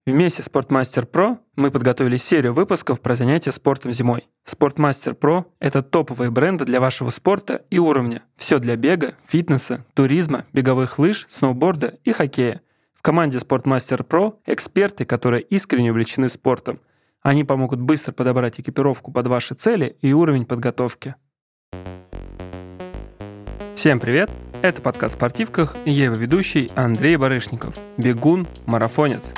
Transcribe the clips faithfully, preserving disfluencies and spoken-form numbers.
Вместе с Sportmaster Pro мы подготовили серию выпусков про занятия спортом зимой. Sportmaster Pro — это топовые бренды для вашего спорта и уровня. Все для бега, фитнеса, туризма, беговых лыж, сноуборда и хоккея. В команде Sportmaster Pro эксперты, которые искренне увлечены спортом. Они помогут быстро подобрать экипировку под ваши цели и уровень подготовки. Всем привет! Это подкаст «В спортивках» и я его ведущий Андрей Барышников, бегун, марафонец.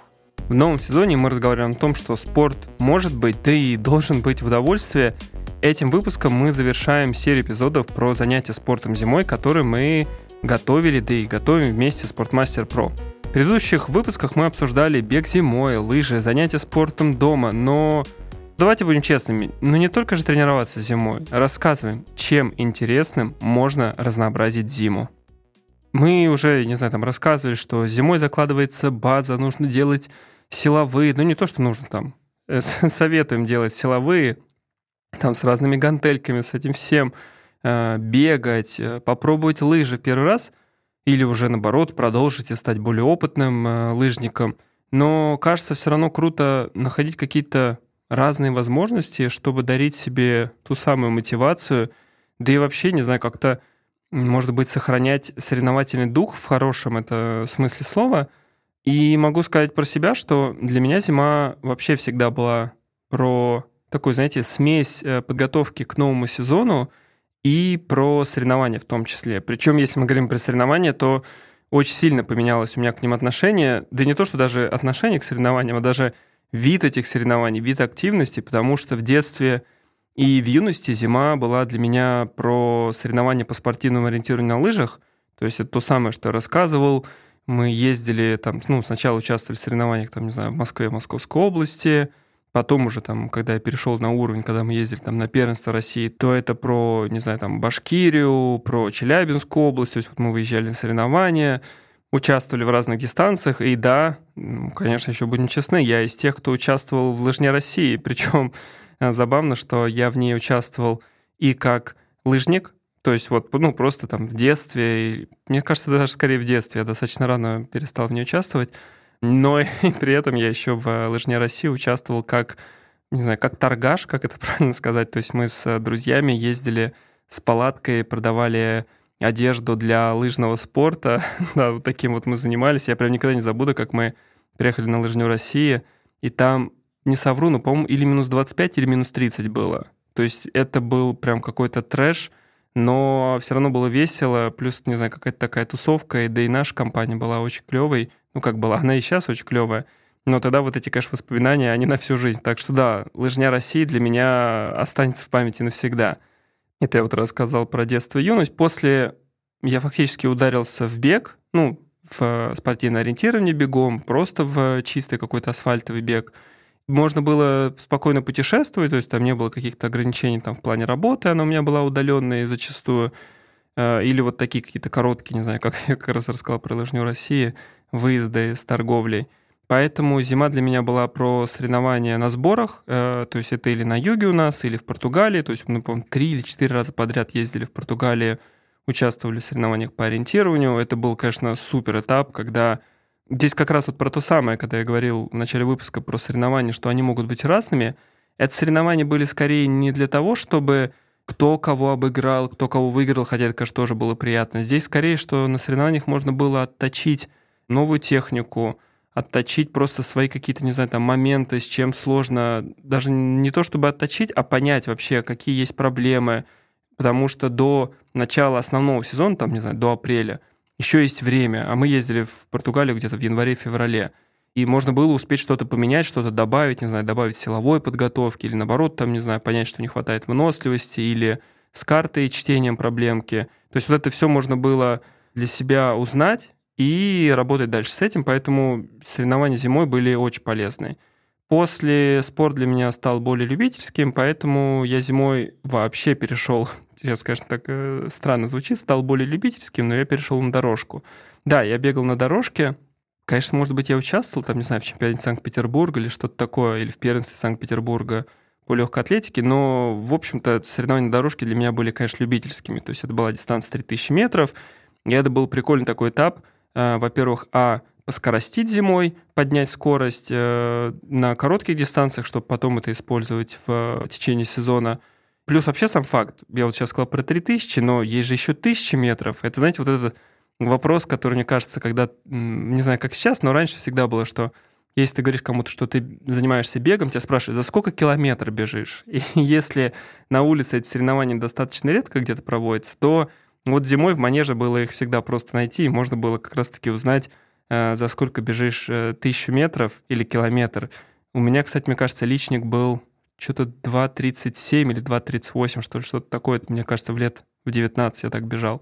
В новом сезоне мы разговариваем о том, что спорт может быть, да и должен быть в удовольствие. Этим выпуском мы завершаем серию эпизодов про занятия спортом зимой, которые мы готовили, да и готовим вместе с Sportmaster Pro. В предыдущих выпусках мы обсуждали бег зимой, лыжи, занятия спортом дома, но давайте будем честными, ну не только же тренироваться зимой, рассказываем, чем интересным можно разнообразить зиму. Мы уже, не знаю, там рассказывали, что зимой закладывается база, нужно делать силовые, ну не то, что нужно там, советуем делать силовые, там с разными гантельками, с этим всем, э, бегать, э, попробовать лыжи в первый раз, или уже наоборот продолжить и стать более опытным э, лыжником. Но кажется, все равно круто находить какие-то разные возможности, чтобы дарить себе ту самую мотивацию, да и вообще, не знаю, как-то, может быть, сохранять соревновательный дух в хорошем это смысле слова. И могу сказать про себя, что для меня зима вообще всегда была про такую, знаете, смесь подготовки к новому сезону и про соревнования в том числе. Причем, если мы говорим про соревнования, то очень сильно поменялось у меня к ним отношение. Да не то, что даже отношение к соревнованиям, а даже вид этих соревнований, вид активности, потому что в детстве и в юности зима была для меня про соревнования по спортивному ориентированию на лыжах. То есть это то самое, что я рассказывал. Мы ездили там, ну, сначала участвовали в соревнованиях, там, не знаю, в Москве, в Московской области. Потом уже там, когда я перешел на уровень, когда мы ездили там на первенство России, то это про, не знаю, там, Башкирию, про Челябинскую область. То есть вот мы выезжали на соревнования, участвовали в разных дистанциях. И да, конечно, еще будем честны, я из тех, кто участвовал в Лыжне России. Причем забавно, что я в ней участвовал и как лыжник, то есть вот, ну, просто там в детстве, мне кажется, даже скорее в детстве, я достаточно рано перестал в ней участвовать, но и при этом я еще в Лыжне России участвовал как, не знаю, как торгаш, как это правильно сказать, то есть мы с друзьями ездили с палаткой, продавали одежду для лыжного спорта, да, вот таким вот мы занимались, я прям никогда не забуду, как мы приехали на Лыжню России, и там, не совру, но, по-моему, или минус двадцать пять, или минус тридцать было, то есть это был прям какой-то трэш, но все равно было весело, плюс, не знаю, какая-то такая тусовка, и да и наша компания была очень клевой, ну, как была, она и сейчас очень клевая, но тогда вот эти, конечно, воспоминания, они на всю жизнь, так что да, Лыжня России для меня останется в памяти навсегда. Это я вот рассказал про детство и юность. После я фактически ударился в бег, ну, в спортивное ориентирование бегом, просто в чистый какой-то асфальтовый бег. Можно было спокойно путешествовать, то есть там не было каких-то ограничений там, в плане работы, она у меня была удаленная зачастую, или вот такие какие-то короткие, не знаю, как я как раз рассказал про Лыжню России, выезды с торговлей. Поэтому зима для меня была про соревнования на сборах, то есть это или на юге у нас, или в Португалии, то есть мы, по-моему, три или четыре раза подряд ездили в Португалию, участвовали в соревнованиях по ориентированию. Это был, конечно, супер этап, когда здесь как раз вот про то самое, когда я говорил в начале выпуска про соревнования, что они могут быть разными. Это соревнования были скорее не для того, чтобы кто кого обыграл, кто кого выиграл, хотя это, конечно, тоже было приятно. Здесь скорее, что на соревнованиях можно было отточить новую технику, отточить просто свои какие-то, не знаю, там моменты, с чем сложно, даже не то чтобы отточить, а понять вообще, какие есть проблемы, потому что до начала основного сезона, там, не знаю, до апреля, еще есть время, а мы ездили в Португалию где-то в январе-феврале, и можно было успеть что-то поменять, что-то добавить, не знаю, добавить силовой подготовки, или наоборот, там, не знаю, понять, что не хватает выносливости, или с картой и чтением проблемки. То есть вот это все можно было для себя узнать и работать дальше с этим, поэтому соревнования зимой были очень полезны. После спорт для меня стал более любительским, поэтому я зимой вообще перешел, сейчас, конечно, так э, странно звучит, стал более любительским, но я перешел на дорожку. Да, я бегал на дорожке. Конечно, может быть, я участвовал, там, не знаю, в чемпионате Санкт-Петербурга или что-то такое, или в первенстве Санкт-Петербурга по легкой атлетике, но, в общем-то, соревнования на дорожке для меня были, конечно, любительскими. То есть это была дистанция три тысячи метров, и это был прикольный такой этап. Во-первых, а, скоростить зимой, поднять скорость э, на коротких дистанциях, чтобы потом это использовать в э, течение сезона. Плюс вообще сам факт, я вот сейчас сказал про три тысячи, но есть же еще тысячи метров. Это, знаете, вот этот вопрос, который, мне кажется, когда, не знаю, как сейчас, но раньше всегда было, что если ты говоришь кому-то, что ты занимаешься бегом, тебя спрашивают, за сколько километров бежишь? И если на улице эти соревнования достаточно редко где-то проводятся, то вот зимой в манеже было их всегда просто найти, и можно было как раз-таки узнать, за сколько бежишь тысячу метров или километр. У меня, кстати, мне кажется, личник был что-то два тридцать семь или два тридцать восемь, что ли, что-то такое. Это, мне кажется, в лет в девятнадцать я так бежал.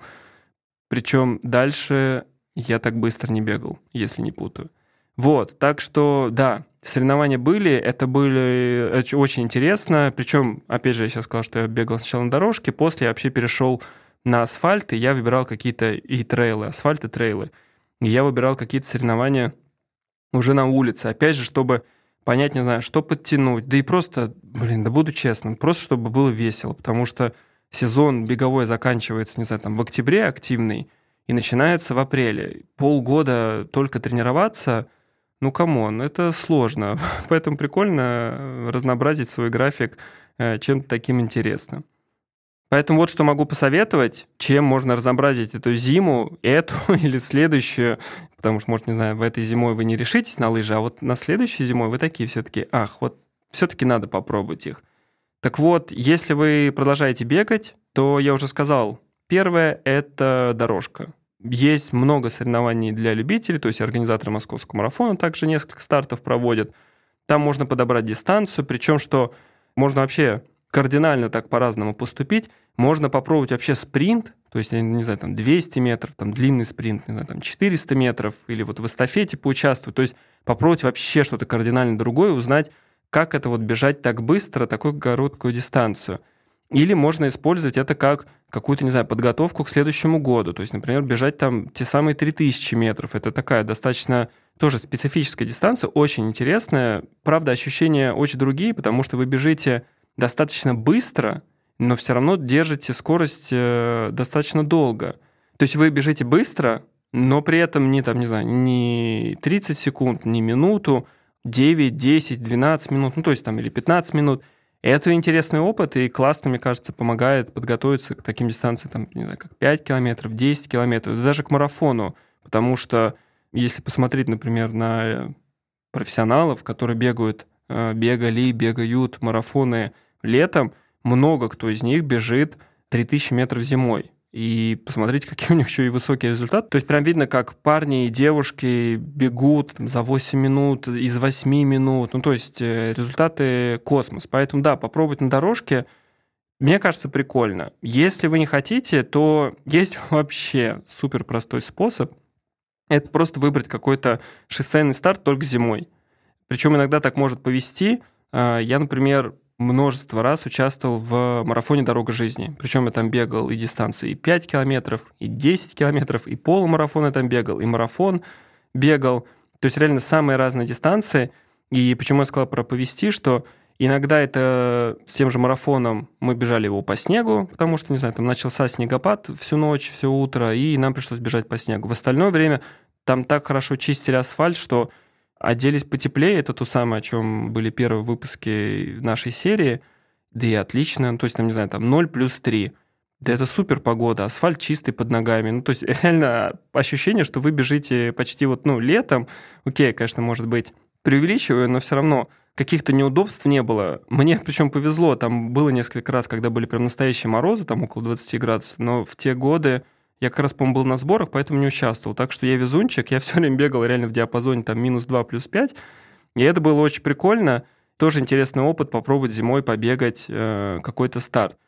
Причем дальше я так быстро не бегал, если не путаю. Вот, так что, да, соревнования были, это были это очень интересно. Причем, опять же, я сейчас сказал, что я бегал сначала на дорожке, после я вообще перешел на асфальт, и я выбирал какие-то и трейлы, асфальт и трейлы. И я выбирал какие-то соревнования уже на улице. Опять же, чтобы понять, не знаю, что подтянуть. Да и просто, блин, да буду честным, просто чтобы было весело. Потому что сезон беговой заканчивается, не знаю, там в октябре активный, и начинается в апреле. Полгода только тренироваться, ну, камон, это сложно. Поэтому прикольно разнообразить свой график чем-то таким интересным. Поэтому вот что могу посоветовать, чем можно разнообразить эту зиму, эту или следующую, потому что, может, не знаю, в этой зимой вы не решитесь на лыжи, а вот на следующей зимой вы такие все-таки, ах, вот все-таки надо попробовать их. Так вот, если вы продолжаете бегать, то я уже сказал, первое – это дорожка. Есть много соревнований для любителей, то есть организаторы Московского марафона также несколько стартов проводят. Там можно подобрать дистанцию, причем что можно вообще кардинально так по-разному поступить. Можно попробовать вообще спринт, то есть, не знаю, там двести метров, там длинный спринт, не знаю, там четыреста метров, или вот в эстафете поучаствовать. То есть попробовать вообще что-то кардинально другое, узнать, как это вот бежать так быстро, такую короткую дистанцию. Или можно использовать это как какую-то, не знаю, подготовку к следующему году. То есть, например, бежать там те самые три тысячи метров. Это такая достаточно тоже специфическая дистанция, очень интересная. Правда, ощущения очень другие, потому что вы бежите достаточно быстро, но все равно держите скорость э, достаточно долго. То есть вы бежите быстро, но при этом не, там, не знаю, не тридцать секунд, не минуту, девять, десять, двенадцать минут, ну то есть там или пятнадцать минут. Это интересный опыт и классно, мне кажется, помогает подготовиться к таким дистанциям, там, не знаю, как пять километров, десять километров, даже к марафону. Потому что если посмотреть, например, на профессионалов, которые бегают, бегали, бегают марафоны летом, много кто из них бежит три тысячи метров зимой. И посмотрите, какие у них еще и высокие результаты. То есть прям видно, как парни и девушки бегут там, за восемь минут, из восьми минут. Ну, то есть результаты космос. Поэтому, да, попробовать на дорожке, мне кажется, прикольно. Если вы не хотите, то есть вообще супер простой способ. Это просто выбрать какой-то шоссейный старт только зимой. Причем иногда так может повезти. Я, например, множество раз участвовал в марафоне «Дорога жизни». Причем я там бегал и дистанцию и пять километров, и десять километров, и полумарафон я там бегал, и марафон бегал. То есть реально самые разные дистанции. И почему я сказал про повезти, что иногда это с тем же марафоном мы бежали его по снегу, потому что, не знаю, там начался снегопад всю ночь, все утро, и нам пришлось бежать по снегу. В остальное время там так хорошо чистили асфальт, что оделись потеплее, это то самое, о чем были первые выпуски нашей серии, да и отлично, то есть, там, не знаю, там ноль плюс три, да это супер погода, асфальт чистый под ногами, ну, то есть, реально ощущение, что вы бежите почти вот, ну, летом, окей, конечно, может быть, преувеличиваю, но все равно каких-то неудобств не было. Мне причем повезло, там было несколько раз, когда были прям настоящие морозы, там около двадцать градусов, но в те годы я как раз, по-моему, был на сборах, поэтому не участвовал. Так что я везунчик, я все время бегал реально в диапазоне там минус два, плюс пять. И это было очень прикольно. Тоже интересный опыт попробовать зимой побегать э, какой-то старт.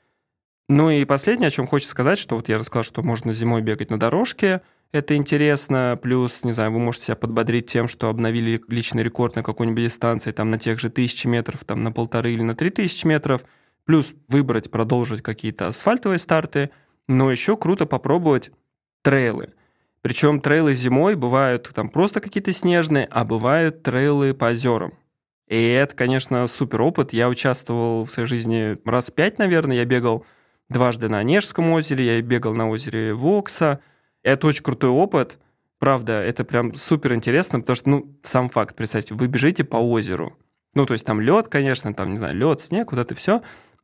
Ну и последнее, о чем хочется сказать, что вот я рассказал, что можно зимой бегать на дорожке. Это интересно. Плюс, не знаю, вы можете себя подбодрить тем, что обновили личный рекорд на какой-нибудь дистанции, там на тех же тысячи метров, там на полторы или на три тысячи метров. Плюс выбрать, продолжить какие-то асфальтовые старты. Но еще круто попробовать трейлы. Причем трейлы зимой бывают там просто какие-то снежные, а бывают трейлы по озерам. И это, конечно, супер опыт. Я участвовал в своей жизни раз пять, наверное. Я бегал дважды на Онежском озере, я бегал на озере Вокса. Это очень крутой опыт. Правда, это прям супер интересно, потому что, ну, сам факт, представьте, вы бежите по озеру. Ну, то есть там лед, конечно, там, не знаю, лед, снег, вот это все,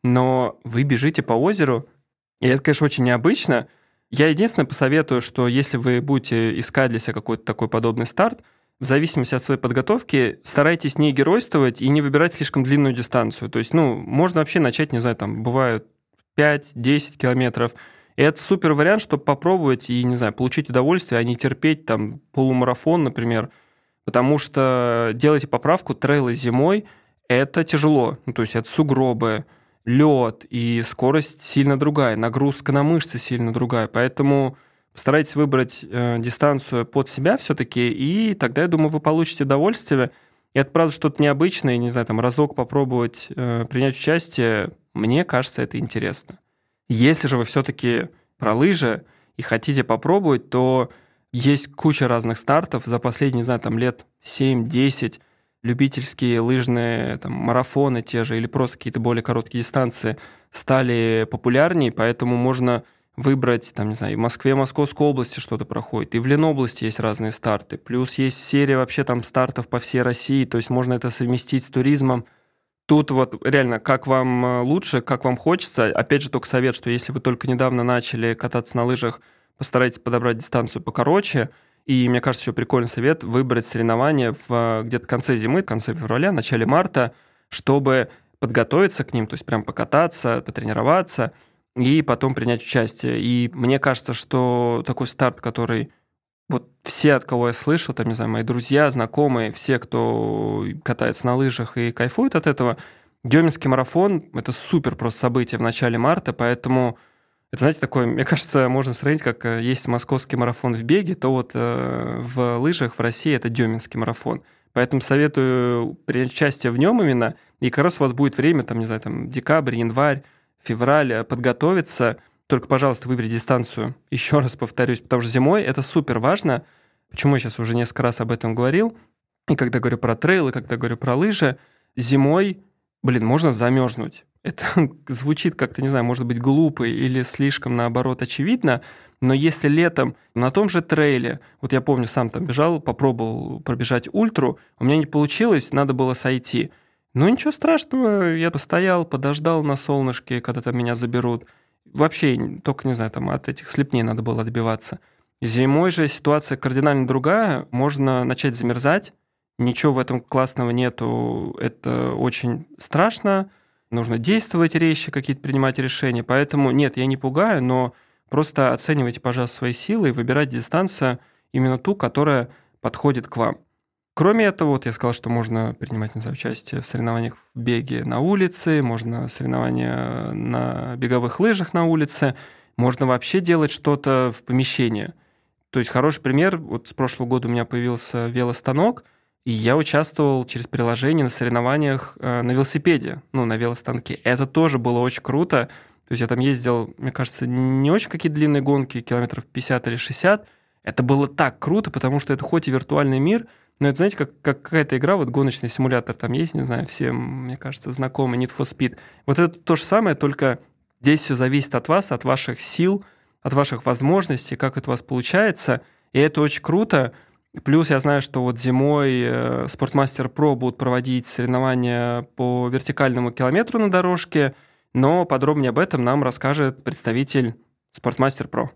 но вы бежите по озеру, и это, конечно, очень необычно. Я единственное посоветую, что если вы будете искать для себя какой-то такой подобный старт, в зависимости от своей подготовки, старайтесь не геройствовать и не выбирать слишком длинную дистанцию. То есть, ну, можно вообще начать, не знаю, там, бывают пять-десять километров. И это супер вариант, чтобы попробовать и, не знаю, получить удовольствие, а не терпеть там полумарафон, например. Потому что делайте поправку, трейлы зимой – это тяжело. Ну, то есть это сугробы, лед, и скорость сильно другая, нагрузка на мышцы сильно другая. Поэтому постарайтесь выбрать э, дистанцию под себя все-таки, и тогда, я думаю, вы получите удовольствие. И это, правда, что-то необычное, не знаю, там, разок попробовать э, принять участие, мне кажется, это интересно. Если же вы все-таки про лыжи и хотите попробовать, то есть куча разных стартов. За последние, не знаю, там, лет семь-десять любительские лыжные там, марафоны те же или просто какие-то более короткие дистанции стали популярнее, поэтому можно выбрать, там, не знаю, и в Москве, Московской области что-то проходит, и в Ленобласти есть разные старты, плюс есть серия вообще там стартов по всей России, то есть можно это совместить с туризмом. Тут вот реально, как вам лучше, как вам хочется. Опять же, только совет, что если вы только недавно начали кататься на лыжах, постарайтесь подобрать дистанцию покороче. И, мне кажется, еще прикольный совет – выбрать соревнования в где-то конце зимы, в конце февраля, начале марта, чтобы подготовиться к ним, то есть прям покататься, потренироваться и потом принять участие. И мне кажется, что такой старт, который вот все, от кого я слышал, там, не знаю, мои друзья, знакомые, все, кто катается на лыжах и кайфует от этого, Деминский марафон – это супер просто событие в начале марта, поэтому это, знаете, такое, мне кажется, можно сравнить, как есть московский марафон в беге, то вот э, в лыжах в России это Деминский марафон. Поэтому советую принять участие в нем именно, и как раз у вас будет время, там, не знаю, там, декабрь, январь, февраль, подготовиться. Только, пожалуйста, выберите дистанцию. Еще раз повторюсь, потому что зимой это супер важно. Почему я сейчас уже несколько раз об этом говорил. И когда говорю про трейлы, когда говорю про лыжи, зимой, блин, можно замерзнуть. Это звучит как-то, не знаю, может быть, глупо или слишком, наоборот, очевидно, но если летом на том же трейле, вот я помню, сам там бежал, попробовал пробежать ультру, у меня не получилось, надо было сойти. Ну, ничего страшного, я постоял, подождал на солнышке, когда там меня заберут. Вообще, только, не знаю, там от этих слепней надо было отбиваться. Зимой же ситуация кардинально другая, можно начать замерзать, ничего в этом классного нету, это очень страшно, нужно действовать резче, какие-то принимать решения, поэтому нет, я не пугаю, но просто оценивайте, пожалуйста, свои силы и выбирайте дистанцию именно ту, которая подходит к вам. Кроме этого, вот я сказал, что можно принимать, не знаю, участие в соревнованиях в беге на улице, можно соревнования на беговых лыжах на улице, можно вообще делать что-то в помещении. То есть хороший пример, вот с прошлого года у меня появился велостанок, и я участвовал через приложение на соревнованиях на велосипеде, ну, на велостанке. Это тоже было очень круто. То есть я там ездил, мне кажется, не очень какие-то длинные гонки, километров пятьдесят или шестьдесят. Это было так круто, потому что это хоть и виртуальный мир, но это, знаете, как, как какая-то игра, вот гоночный симулятор там есть, не знаю, всем, мне кажется, знакомый, Need for Speed. Вот это то же самое, только здесь все зависит от вас, от ваших сил, от ваших возможностей, как это у вас получается, и это очень круто. Плюс я знаю, что вот зимой Sportmaster Pro будут проводить соревнования по вертикальному километру на дорожке, но подробнее об этом нам расскажет представитель Sportmaster Pro.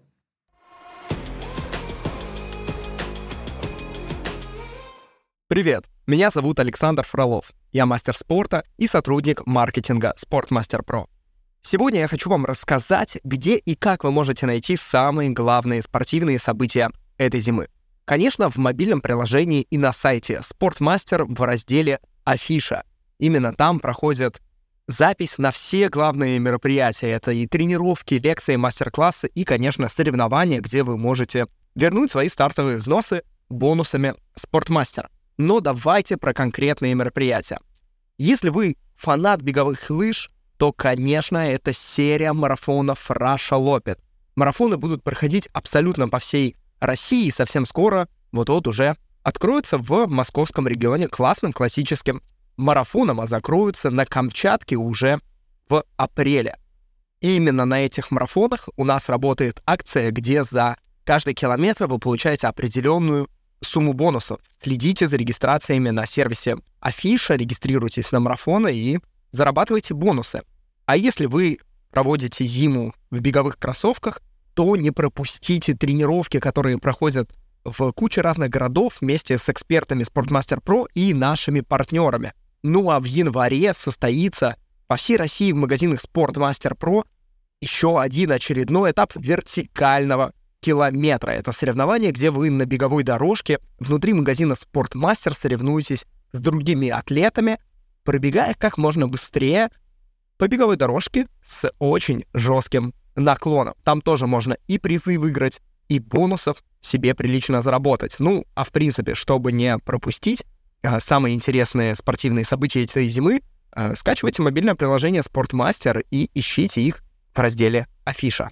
Привет, меня зовут Александр Фролов. Я мастер спорта и сотрудник маркетинга Sportmaster Pro. Сегодня я хочу вам рассказать, где и как вы можете найти самые главные спортивные события этой зимы. Конечно, в мобильном приложении и на сайте Sportmaster в разделе «Афиша». Именно там проходит запись на все главные мероприятия. Это и тренировки, лекции, мастер-классы и, конечно, соревнования, где вы можете вернуть свои стартовые взносы бонусами Sportmaster. Но давайте про конкретные мероприятия. Если вы фанат беговых лыж, то, конечно, это серия марафонов Russia Lopet. Марафоны будут проходить абсолютно по всей России и совсем скоро, вот-вот уже откроются в московском регионе классным классическим марафоном, а закроются на Камчатке уже в апреле. И именно на этих марафонах у нас работает акция, где за каждый километр вы получаете определенную сумму бонусов. Следите за регистрациями на сервисе Афиша, регистрируйтесь на марафоны и зарабатывайте бонусы. А если вы проводите зиму в беговых кроссовках, то не пропустите тренировки, которые проходят в куче разных городов вместе с экспертами Sportmaster Pro и нашими партнерами. Ну а в январе состоится по всей России в магазинах Sportmaster Pro еще один очередной этап вертикального километра. Это соревнование, где вы на беговой дорожке внутри магазина Sportmaster соревнуетесь с другими атлетами, пробегая как можно быстрее по беговой дорожке с очень жестким наклоном. Там тоже можно и призы выиграть, и бонусов себе прилично заработать. Ну, а в принципе, чтобы не пропустить а, самые интересные спортивные события этой зимы, а, скачивайте мобильное приложение Sportmaster и ищите их в разделе «Афиша».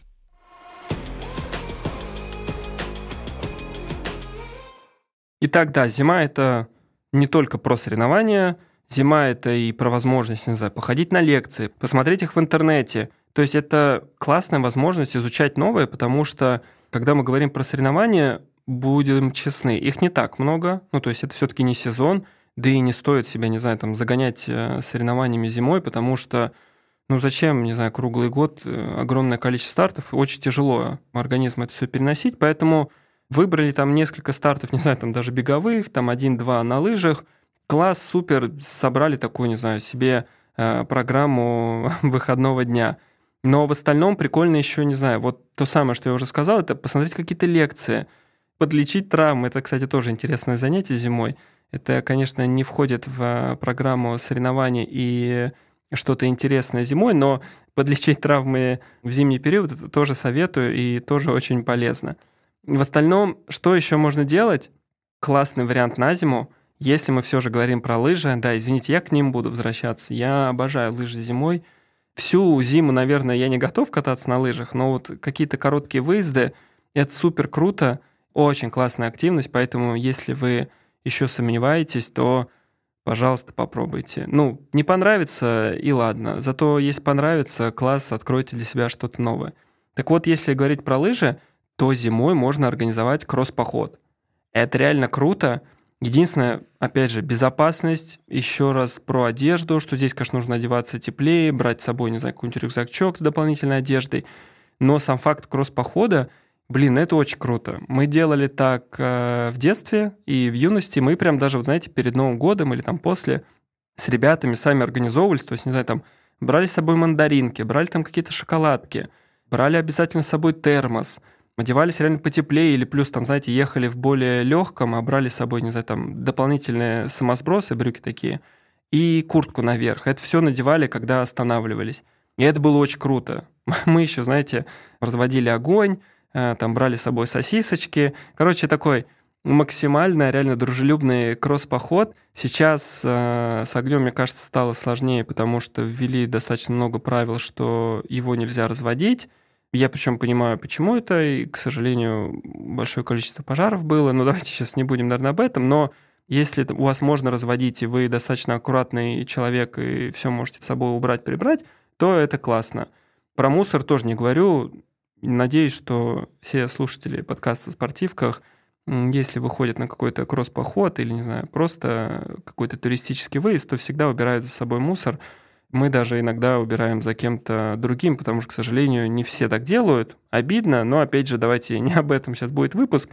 Итак, да, зима — это не только про соревнования, зима — это и про возможность, не знаю, походить на лекции, посмотреть их в интернете. То есть это классная возможность изучать новое, потому что, когда мы говорим про соревнования, будем честны, их не так много, ну, то есть это все-таки не сезон, да и не стоит себя, не знаю, там, загонять соревнованиями зимой, потому что, ну, зачем, не знаю, круглый год, огромное количество стартов, очень тяжело организму это все переносить, поэтому выбрали там несколько стартов, не знаю, там даже беговых, там один-два на лыжах. Класс, супер, собрали такую, не знаю, себе э, программу выходного дня. Но в остальном прикольно еще, не знаю, вот то самое, что я уже сказал, это посмотреть какие-то лекции, подлечить травмы. Это, кстати, тоже интересное занятие зимой. Это, конечно, не входит в программу соревнований и что-то интересное зимой, но подлечить травмы в зимний период это тоже советую и тоже очень полезно. В остальном, что еще можно делать? Классный вариант на зиму. Если мы все же говорим про лыжи, да, извините, я к ним буду возвращаться. Я обожаю лыжи зимой. Всю зиму, наверное, я не готов кататься на лыжах, но вот какие-то короткие выезды — это супер круто, очень классная активность, поэтому если вы еще сомневаетесь, то, пожалуйста, попробуйте. Ну, не понравится — и ладно. Зато если понравится, класс, откройте для себя что-то новое. Так вот, если говорить про лыжи, то зимой можно организовать кросс-поход. Это реально круто. Единственное, опять же, безопасность. Еще раз про одежду, что здесь, конечно, нужно одеваться теплее, брать с собой, не знаю, какой-нибудь рюкзачок с дополнительной одеждой. Но сам факт кросс-похода, блин, это очень круто. Мы делали так э, в детстве и в юности. Мы прям даже, вот знаете, перед Новым годом или там после с ребятами сами организовывались. То есть, не знаю, там брали с собой мандаринки, брали там какие-то шоколадки, брали обязательно с собой термос, одевались реально потеплее, или плюс, там, знаете, ехали в более легком, а брали с собой, не знаю, там, дополнительные самосбросы, брюки такие, и куртку наверх. Это все надевали, когда останавливались. И это было очень круто. Мы еще, знаете, разводили огонь, там, брали с собой сосисочки. Короче, такой максимально реально дружелюбный кросс-поход. Сейчас э, с огнем, мне кажется, стало сложнее, потому что ввели достаточно много правил, что его нельзя разводить. Я причем понимаю, почему это, и, к сожалению, большое количество пожаров было. Но давайте сейчас не будем, наверное, об этом. Но если у вас можно разводить, и вы достаточно аккуратный человек, и все можете с собой убрать, прибрать, то это классно. Про мусор тоже не говорю. Надеюсь, что все слушатели подкаста в спортивках, если выходят на какой-то кросс-поход или, не знаю, просто какой-то туристический выезд, то всегда убирают за собой мусор. Мы даже иногда убираем за кем-то другим, потому что, к сожалению, не все так делают. Обидно, но, опять же, давайте не об этом сейчас будет выпуск,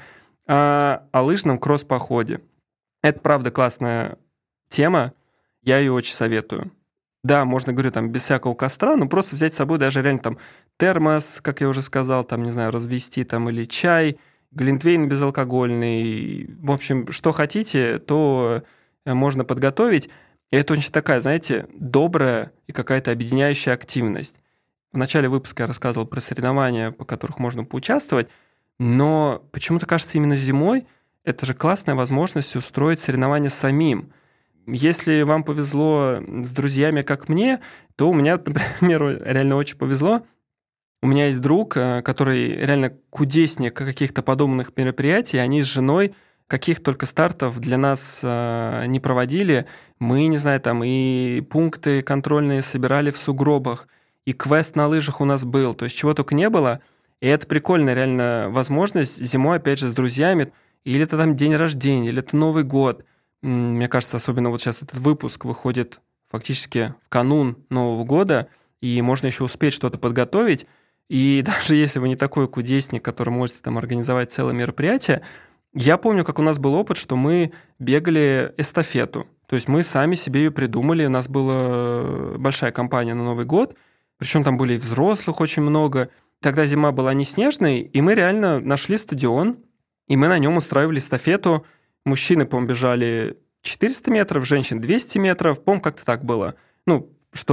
а о лыжном кросс-походе. Это, правда, классная тема, я ее очень советую. Да, можно, говорю, там, без всякого костра, но просто взять с собой даже реально там термос, как я уже сказал, там, не знаю, развести там или чай, глинтвейн безалкогольный. В общем, что хотите, то можно подготовить. И это очень такая, знаете, добрая и какая-то объединяющая активность. В начале выпуска я рассказывал про соревнования, по которых можно поучаствовать, но почему-то кажется, именно зимой это же классная возможность устроить соревнования самим. Если вам повезло с друзьями, как мне, то у меня, например, реально очень повезло. У меня есть друг, который реально кудесник каких-то подобных мероприятий, они с женой каких только стартов для нас э, не проводили. Мы, не знаю, там и пункты контрольные собирали в сугробах, и квест на лыжах у нас был. То есть чего только не было. И это прикольная реально возможность зимой, опять же, с друзьями, или это там день рождения, или это Новый год. Мне кажется, особенно вот сейчас этот выпуск выходит фактически в канун Нового года, и можно еще успеть что-то подготовить. И даже если вы не такой кудесник, который можете там организовать целое мероприятие, я помню, как у нас был опыт, что мы бегали эстафету. То есть мы сами себе ее придумали, у нас была большая компания на Новый год, причем там были и взрослых очень много. Тогда зима была не снежной, и мы реально нашли стадион, и мы на нем устраивали эстафету. Мужчины, по-моему, бежали четыреста метров, женщин двести метров, по-моему, как-то так было, ну,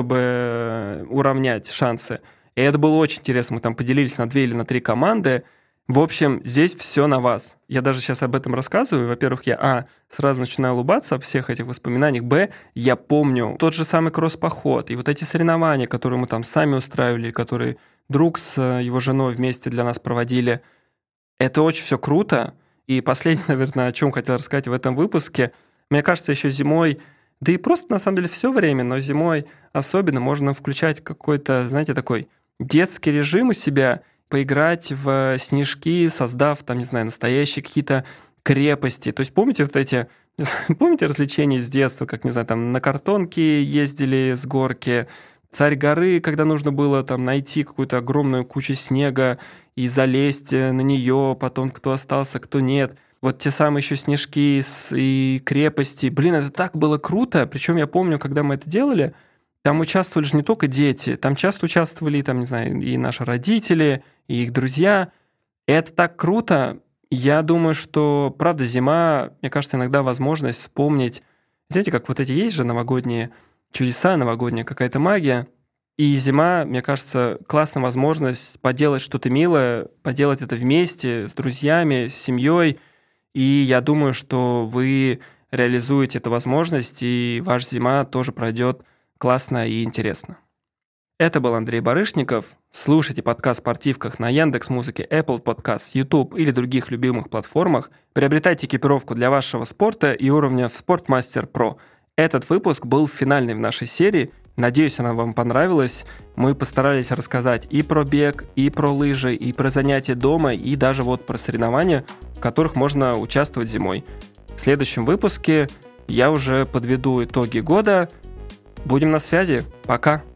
чтобы уравнять шансы. И это было очень интересно, мы там поделились на две или на три команды. В общем, здесь все на вас. Я даже сейчас об этом рассказываю. Во-первых, я, а, сразу начинаю улыбаться об всех этих воспоминаниях, б, я помню тот же самый кросс-поход и вот эти соревнования, которые мы там сами устраивали, которые друг с его женой вместе для нас проводили. Это очень все круто. И последнее, наверное, о чем хотел рассказать в этом выпуске. Мне кажется, еще зимой, да и просто на самом деле все время, но зимой особенно можно включать какой-то, знаете, такой детский режим у себя, поиграть в снежки, создав, там, не знаю, настоящие какие-то крепости. То есть помните вот эти, помните развлечения с детства, как, не знаю, там на картонке ездили с горки, Царь горы, когда нужно было там найти какую-то огромную кучу снега и залезть на нее, потом кто остался, кто нет. Вот те самые еще снежки и крепости. Блин, это так было круто. Причем я помню, когда мы это делали, там участвовали же не только дети, там часто участвовали, там, не знаю, и наши родители, и их друзья. И это так круто. Я думаю, что, правда, зима, мне кажется, иногда возможность вспомнить. Знаете, как вот эти есть же новогодние чудеса, новогодняя какая-то магия. И зима, мне кажется, классная возможность поделать что-то милое, поделать это вместе, с друзьями, с семьей. И я думаю, что вы реализуете эту возможность, и ваша зима тоже пройдет классно и интересно. Это был Андрей Барышников. Слушайте подкаст в «Спортивках» на Яндекс.Музыке, Apple Podcasts, YouTube или других любимых платформах. Приобретайте экипировку для вашего спорта и уровня в Sportmaster Pro. Этот выпуск был финальный в нашей серии. Надеюсь, она вам понравилась. Мы постарались рассказать и про бег, и про лыжи, и про занятия дома, и даже вот про соревнования, в которых можно участвовать зимой. В следующем выпуске я уже подведу итоги года. Будем на связи. Пока!